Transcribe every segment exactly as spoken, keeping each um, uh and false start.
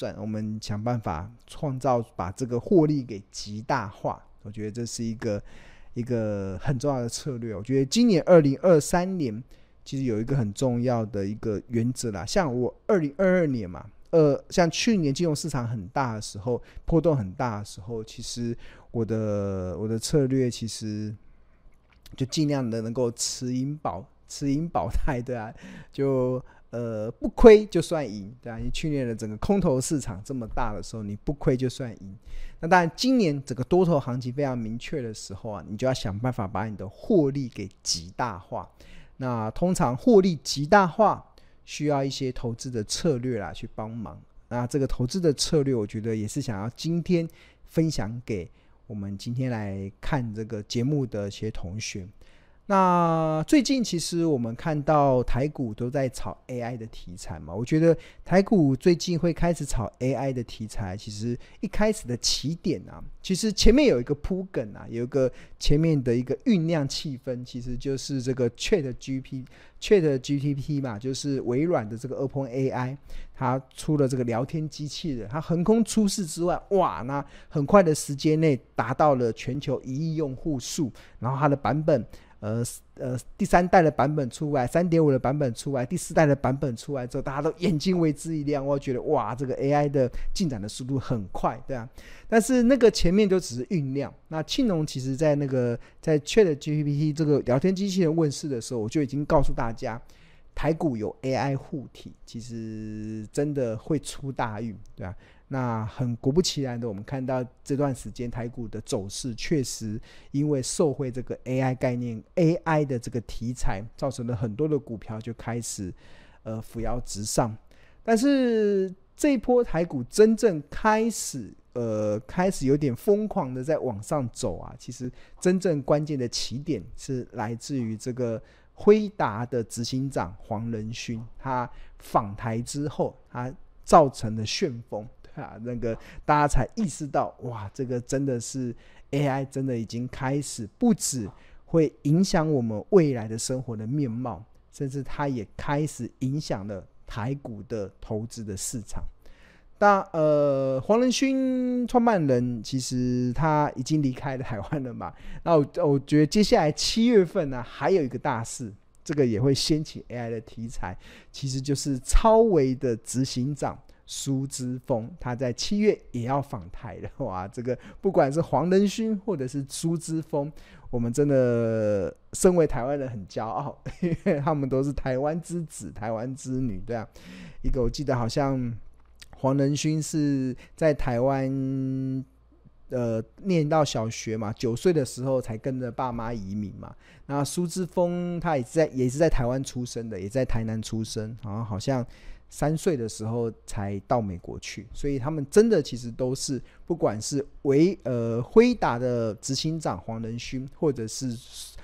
转，我们想办法创造把这个获利给极大化。我觉得这是一个一个很重要的策略。我觉得今年二零二三年其实有一个很重要的一个原则啦，像我二零二二年嘛，呃，像去年金融市场很大的时候，波动很大的时候，其实我的我的策略其实就尽量的能够持盈保持盈保泰，对啊，就呃不亏就算赢，对啊，你去年的整个空头市场这么大的时候，你不亏就算赢。那当然，今年整个多头行情非常明确的时候啊，你就要想办法把你的获利给极大化。那通常获利极大化需要一些投资的策略啦去帮忙。那这个投资的策略，我觉得也是想要今天分享给我们今天来看这个节目的一些同学。那最近其实我们看到台股都在炒 A I 的题材嘛，我觉得台股最近会开始炒 A I 的题材，其实一开始的起点啊，其实前面有一个铺梗啊，有一个前面的一个酝酿气氛，其实就是这个 ChatGPT ChatGPT 嘛，就是微软的这个 OpenAI， 它出了这个聊天机器人，它横空出世之外，哇，那很快的时间内达到了全球一亿用户数，然后它的版本呃呃，第三代的版本出来 ，三点五 的版本出来，第四代的版本出来之后，大家都眼睛为之一亮，我觉得哇，这个 A I 的进展的速度很快，对啊。但是那个前面就只是酝酿。那庆农其实在那个在 ChatGPT 这个聊天机器人问世的时候，我就已经告诉大家，台股有 A I 护体，其实真的会出大运，对啊。那很果不其然的，我们看到这段时间台股的走势确实因为受惠这个 A I 概念 A I 的这个题材，造成了很多的股票就开始呃扶摇直上。但是这一波台股真正开始呃开始有点疯狂的在往上走啊，其实真正关键的起点是来自于这个辉达的执行长黄仁勋，他访台之后他造成的旋风啊，那个大家才意识到，哇，这个真的是 A I 真的已经开始不止会影响我们未来的生活的面貌，甚至它也开始影响了台股的投资的市场。那呃，黄仁勋创办人其实他已经离开了台湾了嘛，那 我, 我觉得接下来七月份呢、啊，还有一个大事，这个也会掀起 A I 的题材，其实就是超微的执行长苏姿丰，他在七月也要访台了。哇，这个不管是黄仁勋或者是苏姿丰，我们真的身为台湾人很骄傲，因为他们都是台湾之子台湾之女，对啊。一个我记得好像黄仁勋是在台湾呃念到小学嘛，九岁的时候才跟着爸妈移民嘛。那苏姿丰他也是在也是在台湾出生的，也在台南出生，好像好像三岁的时候才到美国去，所以他们真的其实都是，不管是为呃辉达的执行长黄仁勋，或者是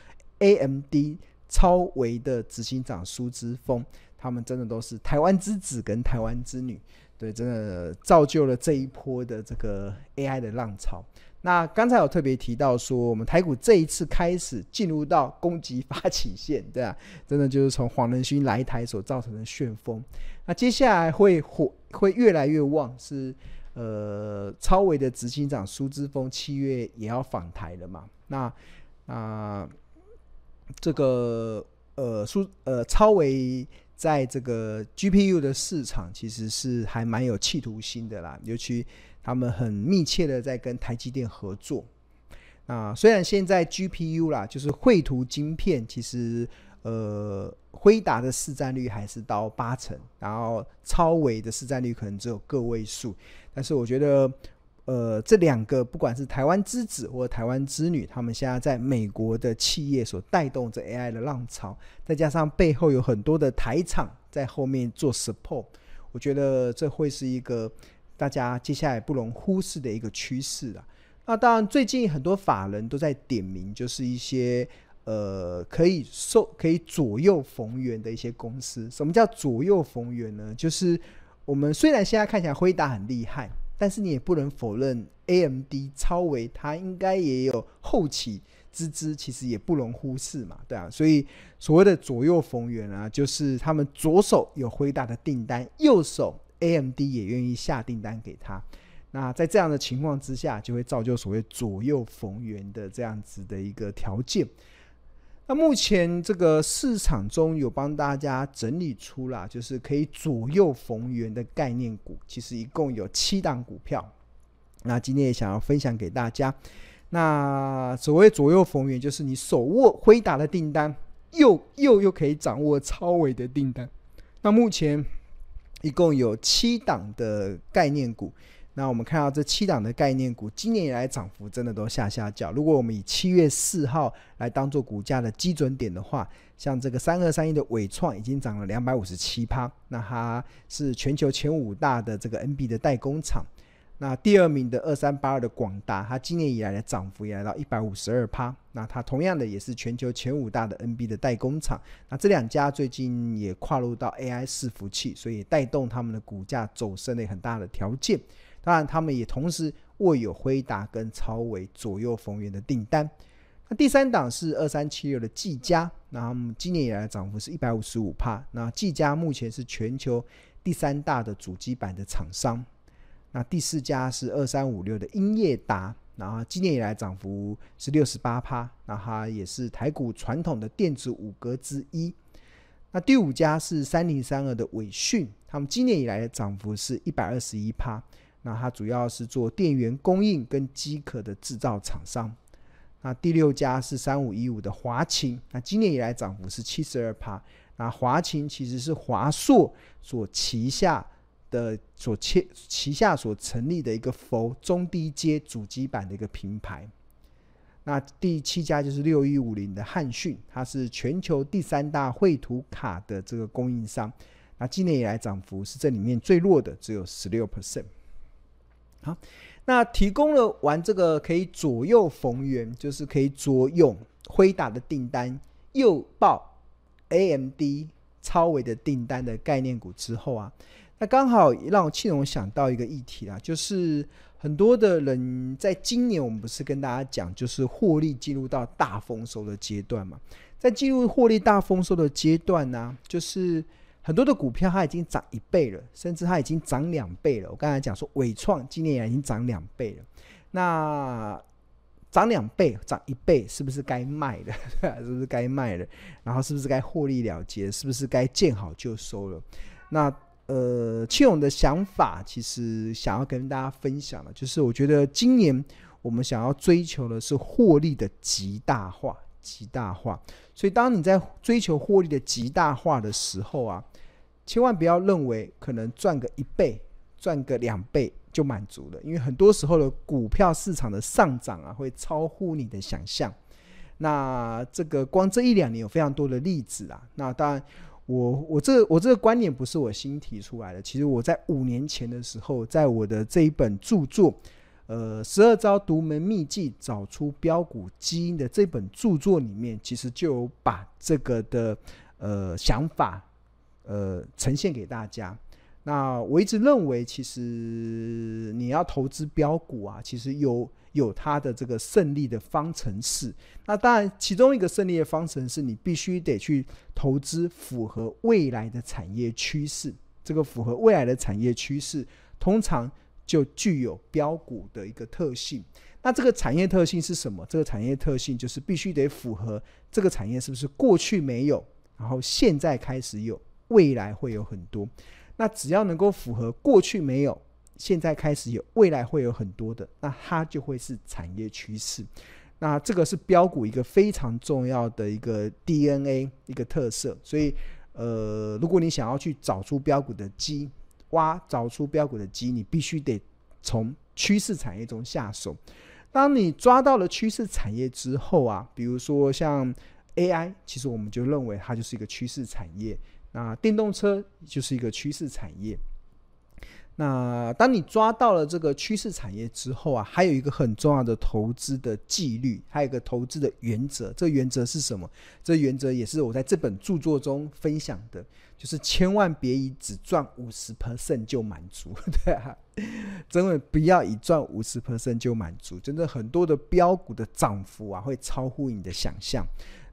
A M D 超微的执行长苏姿丰，他们真的都是台湾之子跟台湾之女，对，真的造就了这一波的这个 A I 的浪潮。那刚才有特别提到说，我们台股这一次开始进入到攻击发起线，对啊，真的就是从黄仁勋来台所造成的旋风。那接下来会会越来越旺，是呃超微的执行长苏姿丰七月也要访台了嘛？那啊、呃、这个呃苏呃超微在这个 G P U 的市场其实是还蛮有企图心的啦，尤其他们很密切的在跟台积电合作。那虽然现在 G P U 啦，就是绘图晶片，其实呃辉达的市占率还是到八成，然后超微的市占率可能只有个位数。但是我觉得呃这两个不管是台湾之子或台湾之女，他们现在在美国的企业所带动着 A I 的浪潮，再加上背后有很多的台厂在后面做 support， 我觉得这会是一个大家接下来不容忽视的一个趋势啦。那当然最近很多法人都在点名，就是一些呃可以受可以左右逢源的一些公司。什么叫左右逢源呢？就是我们虽然现在看起来辉达很厉害，但是你也不能否认 A M D 超微它应该也有后起之姿，其实也不容忽视嘛，对啊。所以所谓的左右逢源啊，就是他们左手有辉达的订单，右手 A M D 也愿意下订单给他。那在这样的情况之下，就会造就所谓左右逢源的这样子的一个条件。那目前这个市场中有帮大家整理出啦，就是可以左右逢源的概念股，其实一共有七档股票。那今天也想要分享给大家。那所谓左右逢源，就是你手握辉达的订单，又又又可以掌握超微的订单。那目前一共有七档的概念股。那我们看到这七档的概念股今年以来涨幅真的都下下脚。如果我们以七月四号来当做股价的基准点的话，像这个三二三一的伟创已经涨了 百分之两百五十七， 那它是全球前五大的这个 N B 的代工厂。那第二名的二三八二的广达，它今年以来的涨幅也来到 百分之一百五十二， 那它同样的也是全球前五大的 N B 的代工厂。那这两家最近也跨入到 A I 伺服器，所以带动他们的股价走升的很大的条件。当然他们也同时握有辉达跟超微左右逢源的订单。那第三档是二三七六的技嘉，那他们今年以来的涨幅是 百分之一百五十五， 那技嘉目前是全球第三大的主机板的厂商。那第四家是二三五六的英业达，然后今年以来涨幅是 百分之六十八， 那它也是台股传统的电子五哥之一。那第五家是三零三二的伟讯，他们今年以来的涨幅是 百分之一百二十一，那它主要是做电源供应跟机壳的制造厂商。那第六家是三五一五的华勤，那今年以来涨幅是 百分之七十二。那华勤其实是华硕所旗下的所旗下所成立的一个佛中低阶主机板的一个品牌。那第七家就是六一五零的汉讯，它是全球第三大绘图卡的这个供应商。那今年以来涨幅是这里面最弱的，只有 百分之十六。好，那提供了完这个可以左右逢源，就是可以左用辉达的订单，右报 A M D 超微的订单的概念股之后啊，那刚好让我庆荣想到一个议题啦，就是很多的人在今年我们不是跟大家讲，就是获利进入到大丰收的阶段嘛，在进入获利大丰收的阶段呢、啊，就是很多的股票它已经涨一倍了，甚至它已经涨两倍了。我刚才讲说伟创今年已经涨两倍了，那涨两倍涨一倍是不是该卖了是不是该卖了，然后是不是该获利了结，是不是该见好就收了。那呃，庆勇的想法其实想要跟大家分享的，就是我觉得今年我们想要追求的是获利的极大化极大化。所以当你在追求获利的极大化的时候啊，千万不要认为可能赚个一倍赚个两倍就满足了，因为很多时候的股票市场的上涨啊会超乎你的想象。那这个光这一两年有非常多的例子啊，那当然我我这我这个观念不是我新提出来的，其实我在五年前的时候，在我的这一本著作呃，十二招独门秘技找出标股基因的这本著作里面，其实就有把这个的呃想法呃呈现给大家。那我一直认为，其实你要投资标股啊，其实有有它的这个胜利的方程式。那当然，其中一个胜利的方程式，你必须得去投资符合未来的产业趋势。这个符合未来的产业趋势，通常就具有标股的一个特性。那这个产业特性是什么？这个产业特性就是必须得符合这个产业是不是过去没有，然后现在开始有，未来会有很多。那只要能够符合过去没有，现在开始有，未来会有很多的，那它就会是产业趋势。那这个是标股一个非常重要的一个 D N A 一个特色。所以呃，如果你想要去找出标股的基挖找出标股的基，你必须得从趋势产业中下手。当你抓到了趋势产业之后啊，比如说像 A I， 其实我们就认为它就是一个趋势产业。那电动车就是一个趋势产业。那当你抓到了这个趋势产业之后啊，还有一个很重要的投资的纪律，还有一个投资的原则。这个原则是什么？这个原则也是我在这本著作中分享的，就是千万别以只赚 百分之五十 就满足对啊，真的不要以赚 百分之五十 就满足。真的很多的标股的涨幅啊会超乎你的想象。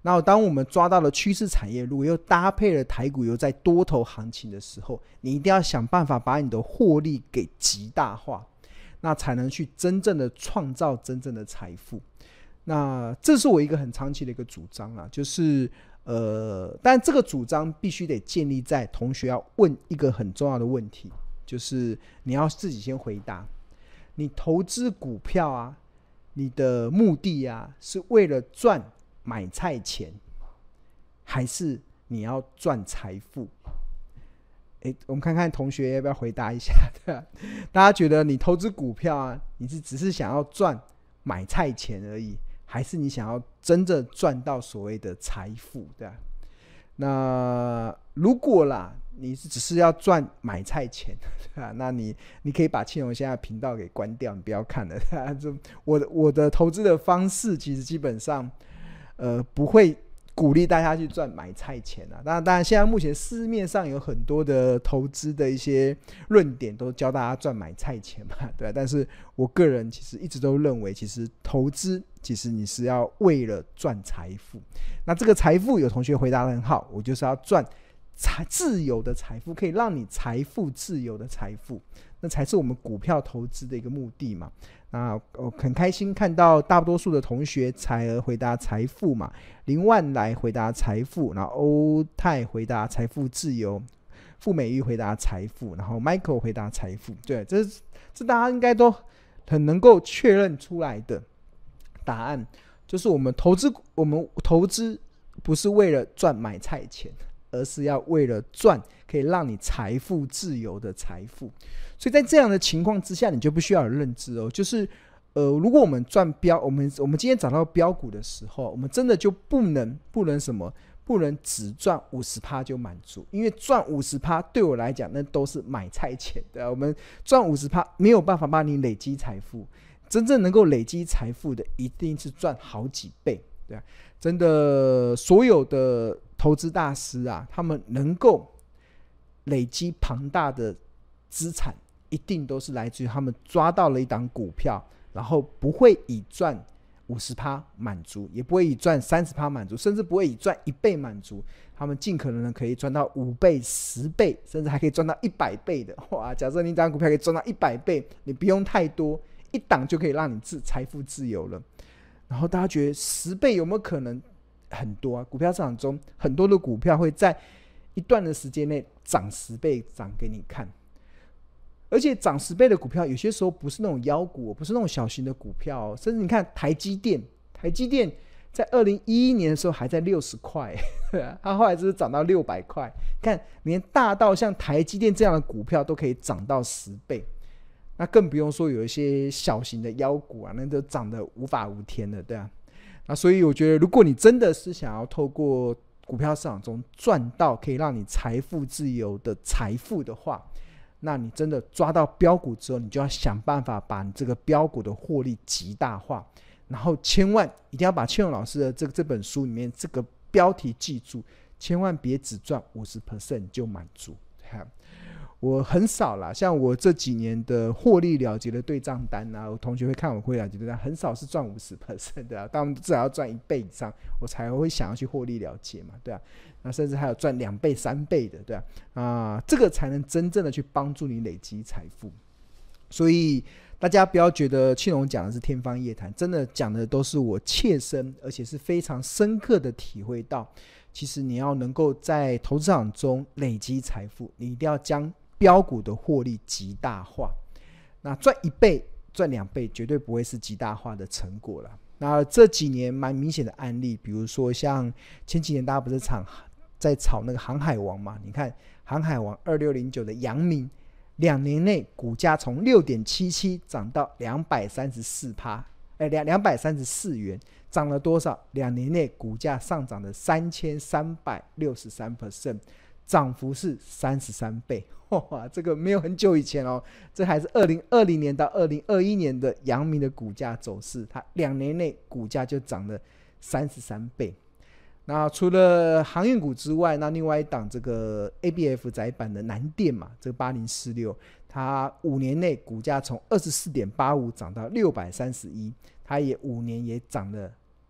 然后当我们抓到了趋势产业，如果又搭配了台股又在多头行情的时候，你一定要想办法把你的获利给极大化，那才能去真正的创造真正的财富。那这是我一个很长期的一个主张啦，就是呃，但这个主张必须得建立在同学要问一个很重要的问题，就是你要自己先回答，你投资股票啊，你的目的啊是为了赚买菜钱，还是你要赚财富？诶，我们看看同学要不要回答一下，对吧？大家觉得你投资股票啊，你是只是想要赚买菜钱而已，还是你想要真正赚到所谓的财富，对吧？那如果啦，你是只是要赚买菜钱，对吧？那你你可以把庆荣现在频道给关掉，你不要看了。对吧？就我的我的投资的方式，其实基本上。呃，不会鼓励大家去赚买菜钱啊。当然，当然，现在目前市面上有很多的投资的一些论点，都教大家赚买菜钱嘛，对吧？但是我个人其实一直都认为，其实投资其实你是要为了赚财富。那这个财富，有同学回答得很好，我就是要赚自由的财富，可以让你财富自由的财富，那才是我们股票投资的一个目的嘛。那我很开心看到大多数的同学，财儿回答财富嘛，林万来回答财富，然后欧泰回答财富自由，傅美玉回答财富，然后 Michael 回答财富。对，这这大家应该都很能够确认出来的答案，就是我们投资，我们投资不是为了赚买菜钱，而是要为了赚可以让你财富自由的财富。所以在这样的情况之下，你就不需要有认知哦，就是呃，如果我们赚标，我们我们今天找到标股的时候，我们真的就不能不能什么，不能只赚 百分之五十 就满足，因为赚 百分之五十 对我来讲那都是买菜钱，对啊，我们赚 百分之五十 没有办法帮你累积财富，真正能够累积财富的一定是赚好几倍，对啊，真的所有的投资大师啊，他们能够累积庞大的资产，一定都是来自于他们抓到了一档股票，然后不会以赚 百分之五十 满足，也不会以赚 百分之三十 满足，甚至不会以赚一倍满足，他们尽可能可以赚到五倍、十倍，甚至还可以赚到一百倍的。哇，假设你这档股票可以赚到一百倍，你不用太多，一档就可以让你自财富自由了。然后大家觉得十倍有没有可能？很多啊，股票市场中很多的股票会在一段的时间内涨十倍，涨给你看。而且涨十倍的股票有些时候不是那种妖股，不是那种小型的股票，哦，甚至你看台积电，台积电在二零一一年的时候还在六十块，它后来就是涨到六百块。看连大到像台积电这样的股票都可以涨到十倍，那更不用说有一些小型的妖股啊，那都涨得无法无天了，对啊。那所以我觉得，如果你真的是想要透过股票市场中赚到可以让你财富自由的财富的话，那你真的抓到标股之后，你就要想办法把你这个标股的获利极大化，然后千万一定要把庆荣老师的 这, 这本书里面这个标题记住，千万别只赚 百分之五十 就满足。我很少啦，像我这几年的获利了结的对账单啊，我同学会看我获利了结对账，很少是赚 百分之五十 的啊，但我们至少要赚一倍以上，我才会想要去获利了结嘛，对啊，那甚至还有赚两倍、三倍的，对啊，啊，这个才能真正的去帮助你累积财富。所以大家不要觉得庆荣讲的是天方夜谭，真的讲的都是我切身而且是非常深刻的体会到，其实你要能够在投资场中累积财富，你一定要将标股的获利极大化。那赚一倍、赚两倍绝对不会是极大化的成果了。那这几年蛮明显的案例，比如说像前几年大家不是在炒那个航海王嘛？你看航海王二六零九的阳明，两年内股价从 六点七七 涨到两百三十四趴，哎，两百三十四元，涨了多少？两年内股价上涨了三千三百六十三 percent。涨幅是三十三倍，哇，这个没有很久以前哦，这还是二零二零年到二零二一年的阳明的股价走势，它两年内股价就涨了三十三倍。那除了航运股之外，那另外一档这个 A B F 载板的南电嘛，这个八零四六，它五年内股价从 二十四点八五 涨到六百三十一，它也五年也涨了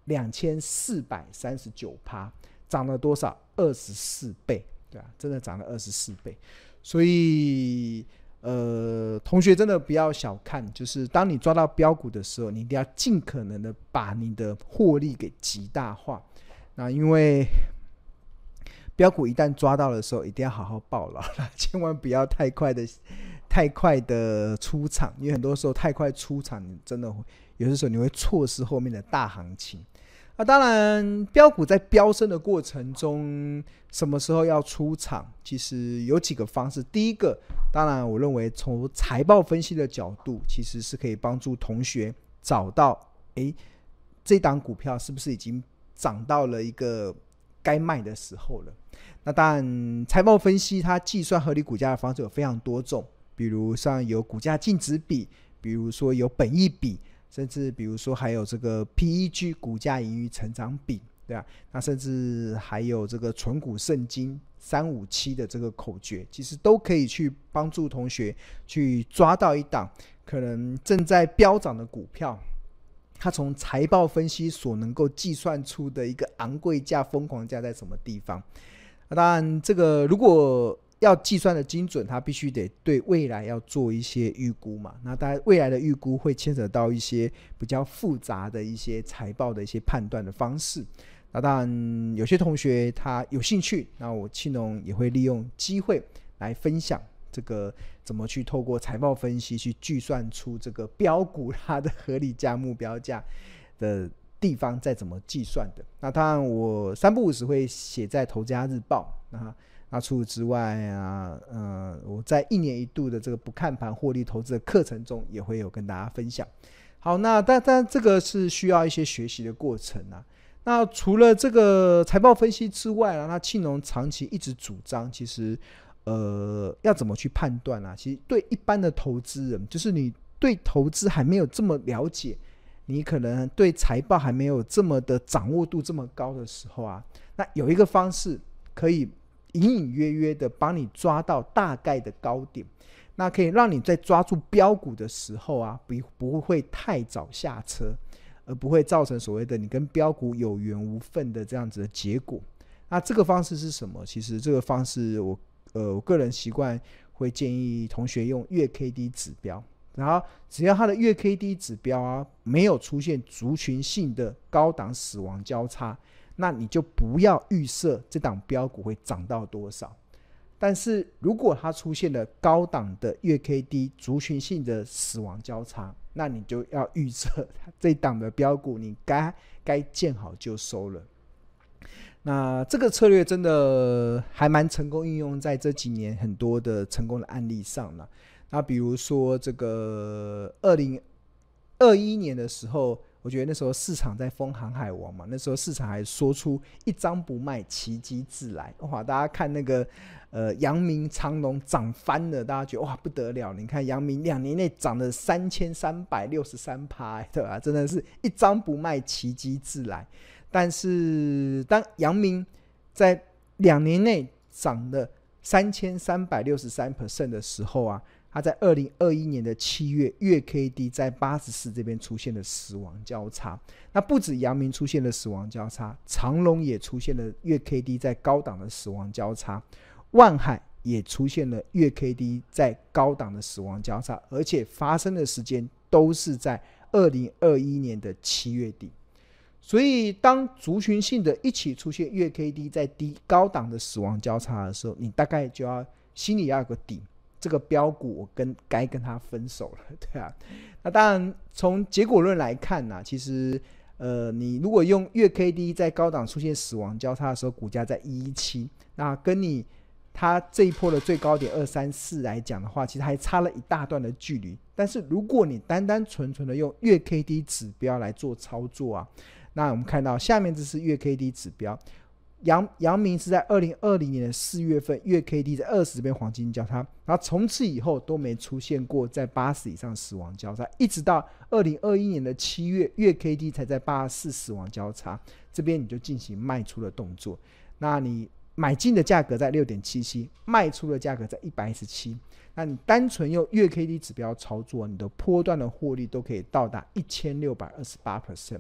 两千四百三十九%，涨了多少？二十四倍，对啊，真的涨了二十四倍。所以呃，同学真的不要小看，就是当你抓到标股的时候，你一定要尽可能的把你的获利给极大化。那因为标股一旦抓到的时候，一定要好好抱牢，千万不要太快的太快的出场，因为很多时候太快出场，你真的有些时候你会错失后面的大行情。那、啊、当然标股在飙升的过程中什么时候要出场，其实有几个方式。第一个，当然我认为从财报分析的角度，其实是可以帮助同学找到诶这档股票是不是已经涨到了一个该卖的时候了。那当然财报分析它计算合理股价的方式有非常多种，比如像有股价净值比，比如说有本益比，甚至比如说还有这个 P E G 股价盈余成长比，对吧？那甚至还有这个存股圣经三五七的这个口诀，其实都可以去帮助同学去抓到一档可能正在飙涨的股票，它从财报分析所能够计算出的一个昂贵价、疯狂价在什么地方。当然这个如果要计算的精准，它必须得对未来要做一些预估嘛。那当然未来的预估会牵扯到一些比较复杂的一些财报的一些判断的方式。那当然有些同学他有兴趣，那我庆农也会利用机会来分享这个怎么去透过财报分析去计算出这个标股它的合理价、目标价的地方再怎么计算的。那当然我三不五时会写在投家日报，那那除此之外啊，呃，我在一年一度的这个不看盘获利投资的课程中也会有跟大家分享。好，那但但这个是需要一些学习的过程啊。那除了这个财报分析之外啊，那庆农长期一直主张，其实呃要怎么去判断啊？其实对一般的投资人，就是你对投资还没有这么了解，你可能对财报还没有这么的掌握度这么高的时候啊，那有一个方式可以隐隐约约的帮你抓到大概的高点，那可以让你在抓住标股的时候啊，不不会太早下车，而不会造成所谓的你跟标股有缘无分的这样子的结果。那这个方式是什么？其实这个方式我呃我个人习惯会建议同学用月 K D 指标，然后只要它的月 K D 指标啊没有出现族群性的高档死亡交叉，那你就不要预设这档标股会涨到多少。但是如果它出现了高档的月 K D 族群性的死亡交叉，那你就要预测这档的标股你该该见好就收了。那这个策略真的还蛮成功运用在这几年很多的成功的案例上了。那比如说这个二零二一年的时候，我觉得那时候市场在封航海王嘛，那时候市场还说出一张不卖，奇迹自来。哇，大家看那个呃阳明、长荣涨翻了，大家觉得哇不得了！你看阳明两年内涨了三千三百六十三趴，对吧？真的是一张不卖，奇迹自来。但是当阳明在两年内涨了三千三百六十三 percent 的时候啊，它在二零二一年的七月月 K D 在八十四这边出现了死亡交叉。那不止阳明出现了死亡交叉，长荣也出现了月 K D 在高档的死亡交叉，万海也出现了月 K D 在高档的死亡交叉，而且发生的时间都是在二零二一年的七月底。所以当族群性的一起出现月 K D 在低高档的死亡交叉的时候，你大概就要心里要有个底，这个标股我跟该跟他分手了，对啊。那当然从结果论来看啊，其实呃，你如果用月 K D 在高档出现死亡交叉的时候，股价在一一七，那跟你它这一波的最高点二三四来讲的话，其实还差了一大段的距离。但是如果你单单纯纯的用月 K D 指标来做操作啊，那我们看到下面这是月 K D 指标，阳阳明是在二零二零年的四月份月 K D 在二十这边黄金交叉，然后从此以后都没出现过在八十以上死亡交叉，一直到二零二一年的七月月 K D 才在八十四死亡交叉，这边你就进行卖出的动作。那你买进的价格在 六点七七， 卖出的价格在一百一十七，那你单纯用月 K D 指标操作，你的波段的获利都可以到达 一千六百二十八 percent。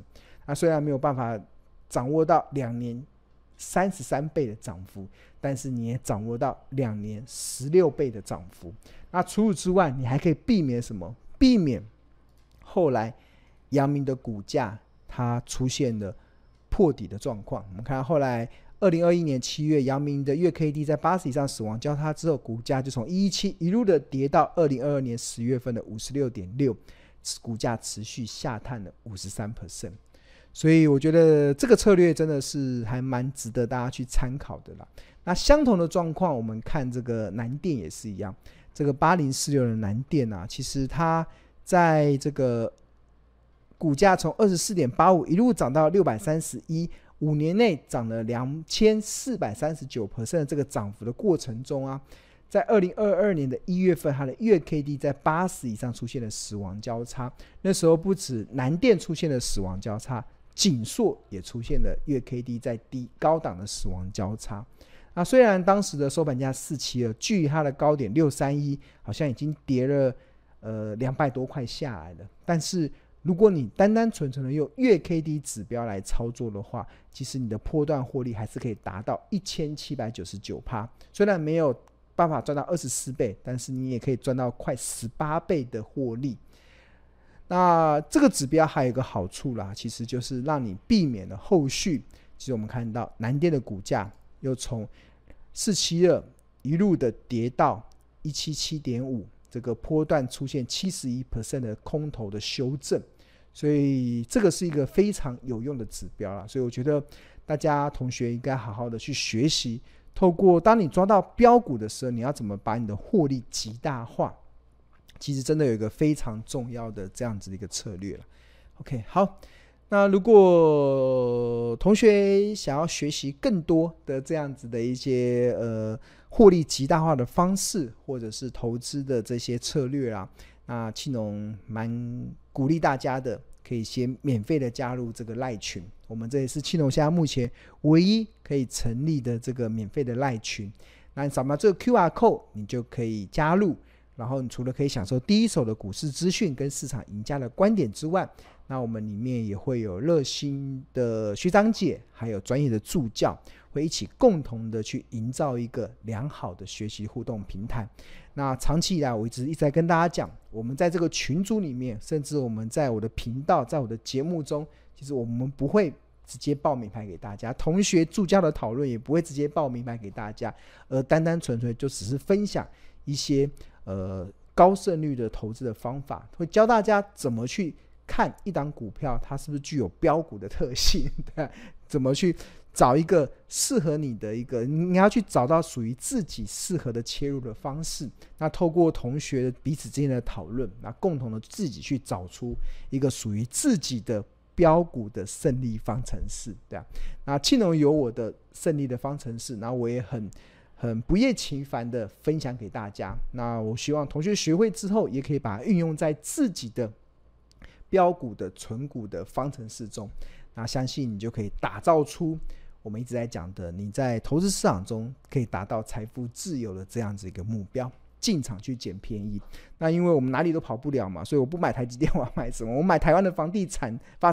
那虽然没有办法掌握到两年三十三倍的涨幅，但是你也掌握到两年十六倍的涨幅。那除此之外，你还可以避免什么？避免后来阳明的股价它出现了破底的状况。我们看后来二零二一年七月，阳明的月 K D 在八十以上死亡交叉之后，股价就从一一七一路的跌到二零二二年十月份的 五十六点六， 股价持续下探了 百分之五十三。 所以我觉得这个策略真的是还蛮值得大家去参考的啦。那相同的状况我们看这个南电也是一样，这个八零四六的南电啊，其实它在这个股价从 二十四点八五 一路涨到六百三十一，五年内涨了 两千四百三十九 percent 的这个涨幅的过程中啊，在二零二二年的一月份，它的月 K D 在八十以上出现了死亡交叉。那时候不止南电出现了死亡交叉，景硕也出现了月 K D 在低高档的死亡交叉。那虽然当时的收盘价四七二，距离它的高点六三一好像已经跌了呃两百多块下来了，但是如果你单单纯纯的用月 K D 指标来操作的话，其实你的波段获利还是可以达到 一千七百九十九%，虽然没有办法赚到二十四倍，但是你也可以赚到快十八倍的获利。那这个指标还有一个好处啦，其实就是让你避免了后续，其实我们看到南电的股价又从四七二一路的跌到 一七七点五， 这个波段出现 百分之七十一 的空头的修正，所以这个是一个非常有用的指标啦。所以我觉得大家同学应该好好的去学习，透过当你抓到标股的时候，你要怎么把你的获利极大化，其实真的有一个非常重要的这样子的一个策略了。 OK， 好，那如果同学想要学习更多的这样子的一些呃获利极大化的方式，或者是投资的这些策略啦，那庆农蛮鼓励大家的，可以先免费的加入这个赖群。我们这也是庆农现在目前唯一可以成立的这个免费的赖群。那你扫描这个 Q R code， 你就可以加入。然后你除了可以享受第一手的股市资讯跟市场赢家的观点之外，那我们里面也会有热心的学长姐，还有专业的助教，会一起共同的去营造一个良好的学习互动平台。那长期以来我一直一直在跟大家讲，我们在这个群组里面，甚至我们在我的频道，在我的节目中，其实我们不会直接报名牌给大家，同学助教的讨论也不会直接报名牌给大家，而单单纯纯就只是分享一些呃高胜率的投资的方法，会教大家怎么去看一档股票它是不是具有标股的特性，对，怎么去找一个适合你的一个，你要去找到属于自己适合的切入的方式。那透过同学彼此之间的讨论，那共同的自己去找出一个属于自己的标股的胜利方程式，对啊。那庆农有我的胜利的方程式，然后我也很很不厌其烦的分享给大家。那我希望同学学会之后，也可以把它运用在自己的标股的存股的方程式中。那相信你就可以打造出我们一直在讲的，你在投资市场中可以达到财富自由的这样子一个目标。进场去捡便宜，那因为我们哪里都跑不了嘛，所以我不买台积电，我要买什么？我买台湾的房地产发